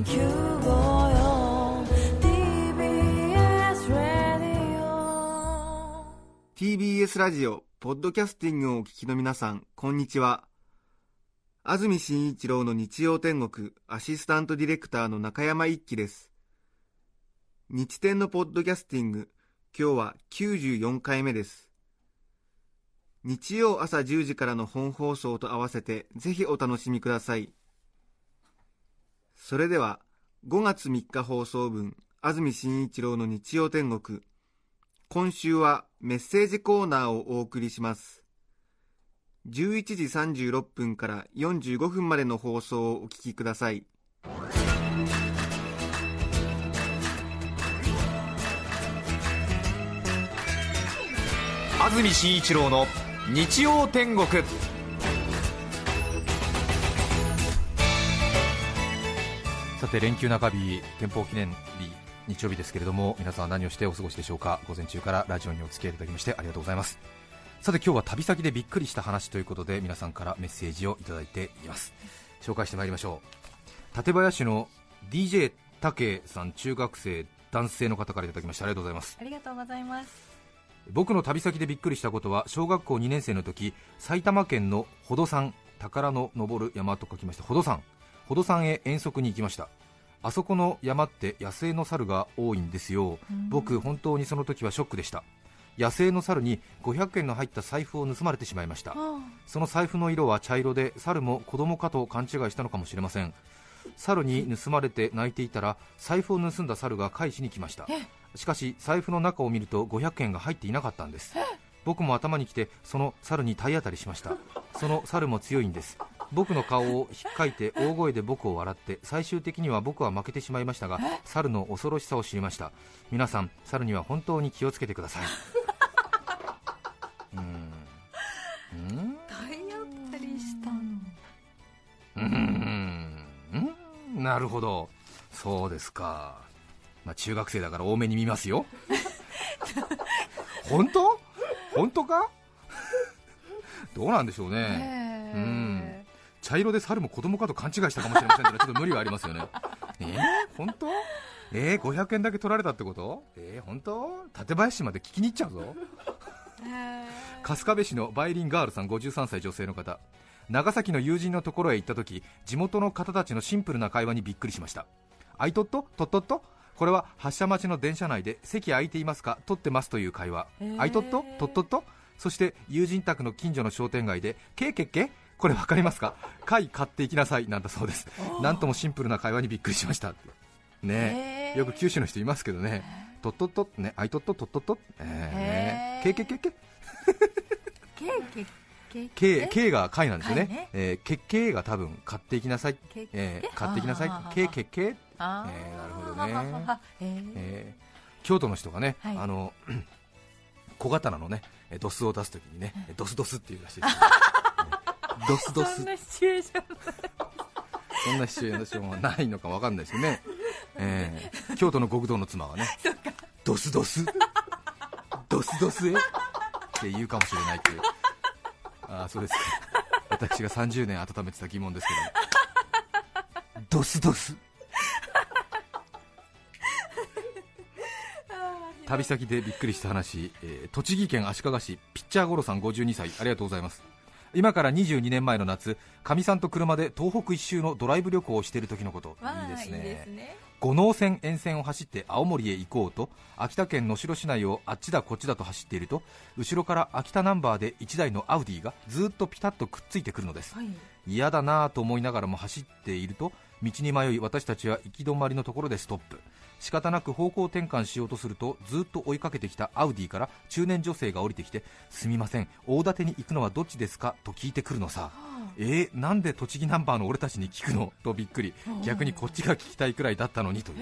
TBS ラジオポッドキャスティングをお聞きの皆さん、こんにちは。安住紳一郎の日曜天国アシスタントディレクターの中山一輝です。日天のポッドキャスティング、今日は94回目です。日曜朝10時からの本放送と合わせてぜひお楽しみください。それでは5月3日放送分、安住紳一郎の日曜天国、今週はメッセージコーナーをお送りします。11時36分から45分までの放送をお聞きください。 安住紳一郎の日曜天国。さて、連休中日、憲法記念日、日曜日ですけれども、皆さんは何をしてお過ごしでしょうか。午前中からラジオにお付き合いいただきましてありがとうございます。さて、今日は旅先でびっくりした話ということで、皆さんからメッセージをいただいています。紹介してまいりましょう。館林の DJ たけさん、中学生男性の方からいただきました。ありがとうございます。 ありがとうございます。 僕の旅先でびっくりしたことは、小学校2年生の時、埼玉県の宝登山、宝の登る山と書きました宝登山へ遠足に行きました。あそこの山って野生の猿が多いんですよ。僕本当にその時はショックでした。野生の猿に500円の入った財布を盗まれてしまいました。その財布の色は茶色で、猿も子供かと勘違いしたのかもしれません。猿に盗まれて泣いていたら、財布を盗んだ猿が返しに来ました。しかし財布の中を見ると500円が入っていなかったんです。僕も頭にきてその猿に体当たりしました。その猿も強いんです。僕の顔をひっかいて大声で僕を笑って、最終的には僕は負けてしまいましたが、猿の恐ろしさを知りました。皆さん、猿には本当に気をつけてください。 体当たりしたの。 なるほど、そうですか。中学生だから多めに見ますよ。本当かどうなんでしょうね。茶色で猿も子供かと勘違いしたかもしれませんから、ちょっと無理はありますよね。本当500円だけ取られたってこと？本当？館林まで聞きに行っちゃうぞ。春日部市のバイリンガールさん、53歳女性の方。長崎の友人のところへ行った時、地元の方たちのシンプルな会話にびっくりしました。あいとっととっとっと、これは発車待ちの電車内で席空いていますか、取ってますという会話。あいとっととっとっと。そして友人宅の近所の商店街でけけけ、これ分かりますか、貝買っていきなさいなんだそうです。なんともシンプルな会話にびっくりしましたね。よく九州の人いますけどね、とっとっとね、あいとっととっとっと、けけけけK が貝なんですよね。けが多分買っていきなさい、買っていきなさい、けなるほどね。京都の人がね、小刀のねドスを出すときにね、ドスドスっていうらしいです、ドスドス。そんなシチュエーションはないのか分かんないですよね。京都の極道の妻がね、ドスドスドスドスって言うかもしれないっていう。そうですか。私が30年温めてた疑問ですけど、ドスドス。旅先でびっくりした話、栃木県足利市ピッチャーゴロさん、52歳、ありがとうございます。今から22年前の夏、かみさんと車で東北一周のドライブ旅行をしている時のこと。いいですね。五能線沿線を走って青森へ行こうと秋田県能代市内をあっちだこっちだと走っていると、後ろから秋田ナンバーで1台のアウディがずっとピタッとくっついてくるのです。嫌だなぁと思いながらも走っていると、道に迷い私たちは行き止まりのところでストップ。仕方なく方向転換しようとすると、ずっと追いかけてきたアウディから中年女性が降りてきて、すみません、大館に行くのはどっちですかと聞いてくるのさ。なんで栃木ナンバーの俺たちに聞くのとびっくり。逆にこっちが聞きたいくらいだったのにという、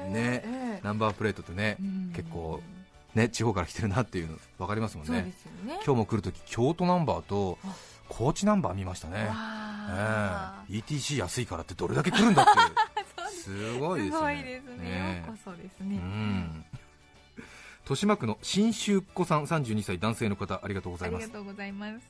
ね、ナンバープレートってね、結構ね、地方から来てるなっていうの分かりますもん ね。今日も来るとき京都ナンバーと高知ナンバー見ましたね。ETC 安いからってどれだけ来るんだってすごいですね。すごいですね。ようこそですね。豊島区の新州っ子さん、32歳男性の方、ありがとうございます。 ありがとうございます。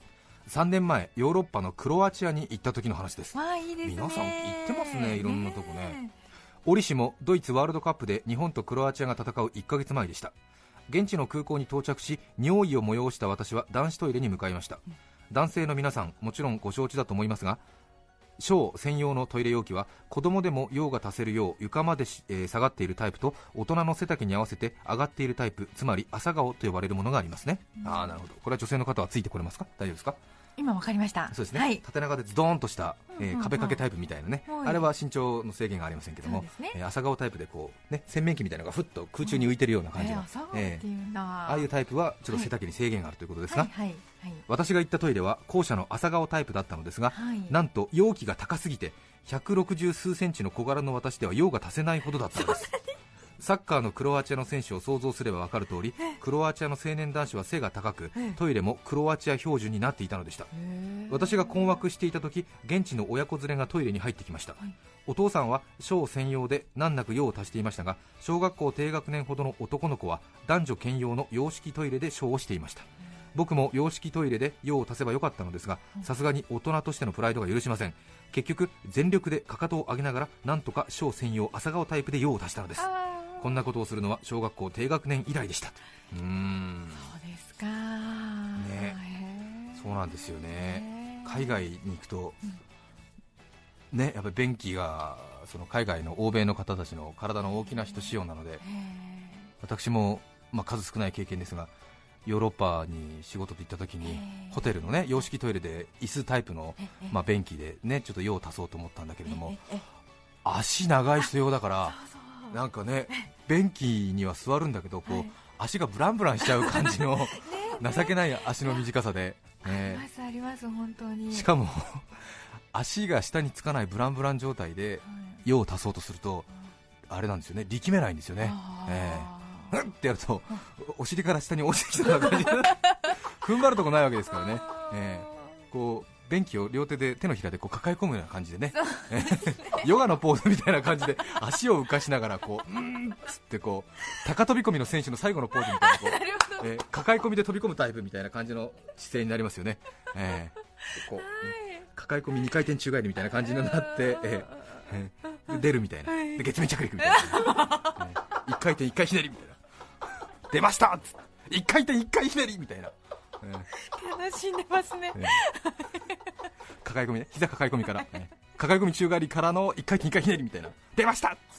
3年前ヨーロッパのクロアチアに行った時の話です。 わあ、いいですね。 皆さん行ってますね、いろんなとこね。折しもドイツワールドカップで日本とクロアチアが戦う1ヶ月前でした。現地の空港に到着し、尿意を催した私は男子トイレに向かいました。男性の皆さんもちろんご承知だと思いますが、小専用のトイレ容器は子供でも用が足せるよう床まで下がっているタイプと大人の背丈に合わせて上がっているタイプ、つまり朝顔と呼ばれるものがありますね。なるほど。これは女性の方はついてこれますか？大丈夫ですか？ 今わかりました。 そうですね、 はい、 縦長でズドーンとした、壁掛けタイプみたいなね、あれは身長の制限がありませんけども、朝顔タイプでこう、ね、洗面器みたいなのがふっと空中に浮いてるような感じの、 朝顔っていうんだ。 ああいうタイプはちょっと背丈に制限があるということですが、 はいはいはい、 私が行ったトイレは後者の朝顔タイプだったのですが、 はい、 なんと容器が高すぎて160数センチの小柄の私では用が足せないほどだったのです。サッカーのクロアチアの選手を想像すれば分かる通り、クロアチアの青年男子は背が高く、トイレもクロアチア標準になっていたのでした。私が困惑していた時、現地の親子連れがトイレに入ってきました。お父さんは小専用で難なく用を足していましたが、小学校低学年ほどの男の子は男女兼用の洋式トイレで小をしていました。僕も洋式トイレで用を足せばよかったのですが、さすがに大人としてのプライドが許しません。結局全力でかかとを上げながらなんとか小専用朝顔タイプで用を足したのです。こんなことをするのは小学校低学年以来でした。 そうですか、 ね、そうなんですよね。海外に行くと、ね、やっぱり便器がその海外の欧米の方たちの体の大きな人仕様なので、私も、数少ない経験ですが、ヨーロッパに仕事で行った時にホテルの、ね、洋式トイレで椅子タイプの、便器で、ね、ちょっと用を足そうと思ったんだけれども、足長い人用だからなんかね、便器には座るんだけどこう、足がブランブランしちゃう感じの情けない足の短さで、 あります本当に。 しかも足が下につかないブランブラン状態で用を足そうとすると、あれなんですよね、力めないんですよね。うんってやるとお尻から下に落ちてきたような感じで踏ん張るとこないわけですからね。こう便器を両手で手のひらでこう抱え込むような感じでね、ヨガのポーズみたいな感じで足を浮かしながらこうつってこう高飛び込みの選手の最後のポーズみたいなこう、抱え込みで飛び込むタイプみたいな感じの姿勢になりますよね。こう抱え込み2回転宙返りみたいな感じになって、出るみたいな、で月面着陸みたいな、1回転1回ひねりみたいな、出ましたっつって1回転1回ひねりみたいな、 楽しんでますね。 抱え込みね、膝抱え込みから、抱え込み宙返りからの1回転1回ひねりみたいな、出ましたっつって、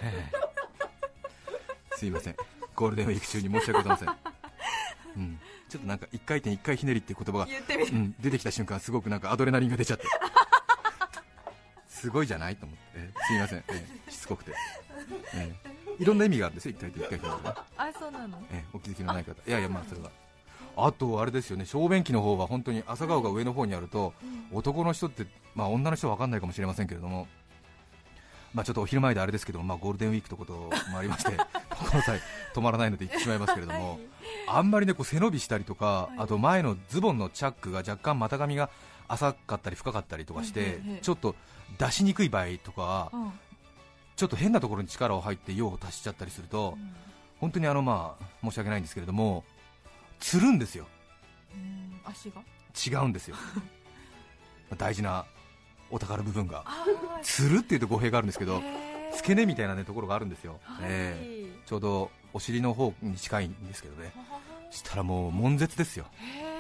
すいません、ゴールデンウィーク中に申し訳ございません。ちょっとなんか1回転1回ひねりっていう言葉が、出てきた瞬間すごくなんかアドレナリンが出ちゃってすごいじゃないと思って、すいません、しつこくて、いろんな意味があるんですよ、1回転1回ひねりは。 あ、そうなの。 お気づきのない方、いやいや、それはあとあれですよね、小便器の方は本当に朝顔が上の方にあると、男の人って、女の人は分かんないかもしれませんけれども、ちょっとお昼前であれですけども、ゴールデンウィークということもありましてこの際止まらないので言ってしまいますけれども、あんまりね、こう背伸びしたりとか、あと前のズボンのチャックが若干股上が浅かったり深かったりとかして、ちょっと出しにくい場合とかは、ちょっと変なところに力を入って用を足しちゃったりすると、本当に申し訳ないんですけれども、つるんですよ。 足が違うんですよ大事なお宝部分がつるっていうと語弊があるんですけど、付け根みたいな、ところがあるんですよ。ちょうどお尻の方に近いんですけどね、したらもう悶絶ですよ。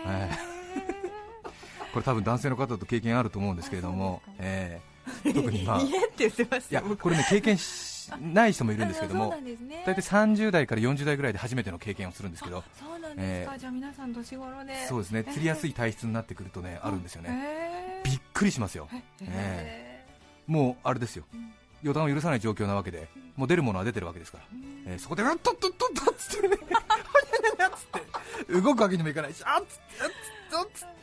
これ多分男性の方と経験あると思うんですけれども、特にこれね、経験ない人もいるんですけども、大体30代から40代ぐらいで初めての経験をするんですけど、 そうなんですか。じゃあ皆さん年頃で、 そうですね、釣りやすい体質になってくるとね、あるんですよね。びっくりしますよ。もうあれですよ、予断を許さない状況なわけで、もう出るものは出てるわけですから、そこでうんとっとっとっとっつってねつって動くわけにもいかないし、あっつってあっつって、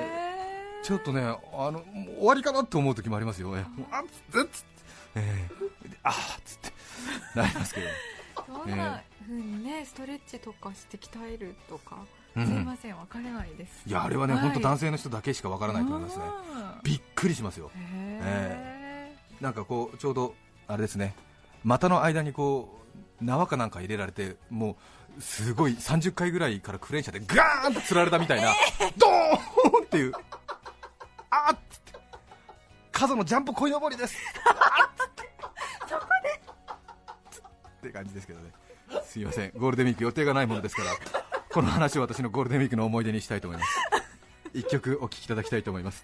ちょっとね、終わりかなって思う時もありますよ。あっつってあっつってなりますけど、 どんな風にね、ストレッチとかして鍛えるとか、すいません、分からないです。 いや、あれはね、本当男性の人だけしか分からないと思いますね。びっくりしますよ。なんかこうちょうどあれですね、股の間にこう縄かなんか入れられて、もうすごい30階ぐらいからクレーン車でガーンと釣られたみたいな、ドーンっていう、あーっつって、カゾのジャンプ鯉のぼりですそこって感じですけどね。すいません、ゴールデンウィーク予定がないものですから、この話を私のゴールデンウィークの思い出にしたいと思います。一曲お聴きいただきたいと思います。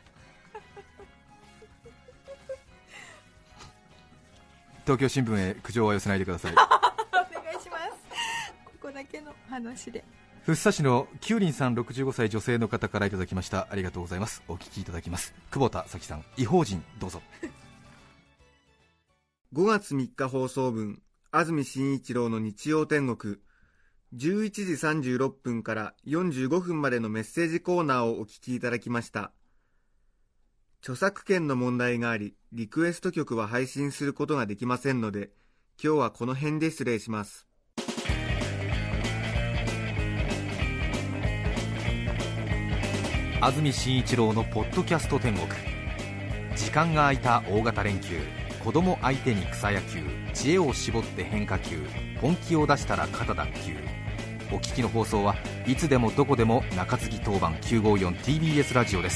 東京新聞へ苦情は寄せないでください。 お願いします。ここだけの話で。 福生市のキュウリンさん65歳女性の方からいただきました。ありがとうございます。お聞きいただきます。久保田咲さん、異邦人、どうぞ。 5月3日放送分、安住紳一郎の日曜天国、11時36分から45分までのメッセージコーナーをお聞きいただきました。著作権の問題があり、リクエスト曲は配信することができませんので、今日はこの辺で失礼します。 安住紳一郎のポッドキャスト天国。時間が空いた大型連休、子供相手に草野球、知恵を絞って変化球、本気を出したら肩脱臼。お聞きの放送はいつでもどこでも中継ぎ当番 954TBS ラジオです。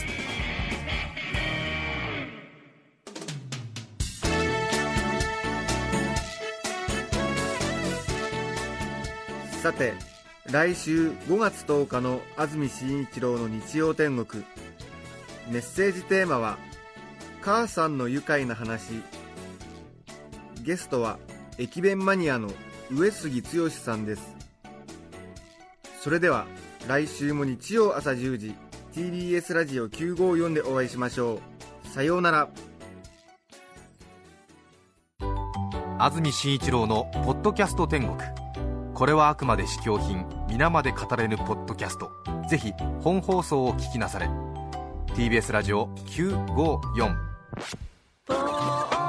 さて、来週5月10日の安住紳一郎の日曜天国、メッセージテーマは母さんの愉快な話。ゲストは駅弁マニアの上杉剛さんです。それでは来週も日曜朝10時 TBS ラジオ954でお会いしましょう。さようなら。 安住紳一郎のポッドキャスト天国。これはあくまで試供品、皆まで語れぬポッドキャスト。ぜひ本放送を聞きなされ。 TBS ラジオ954。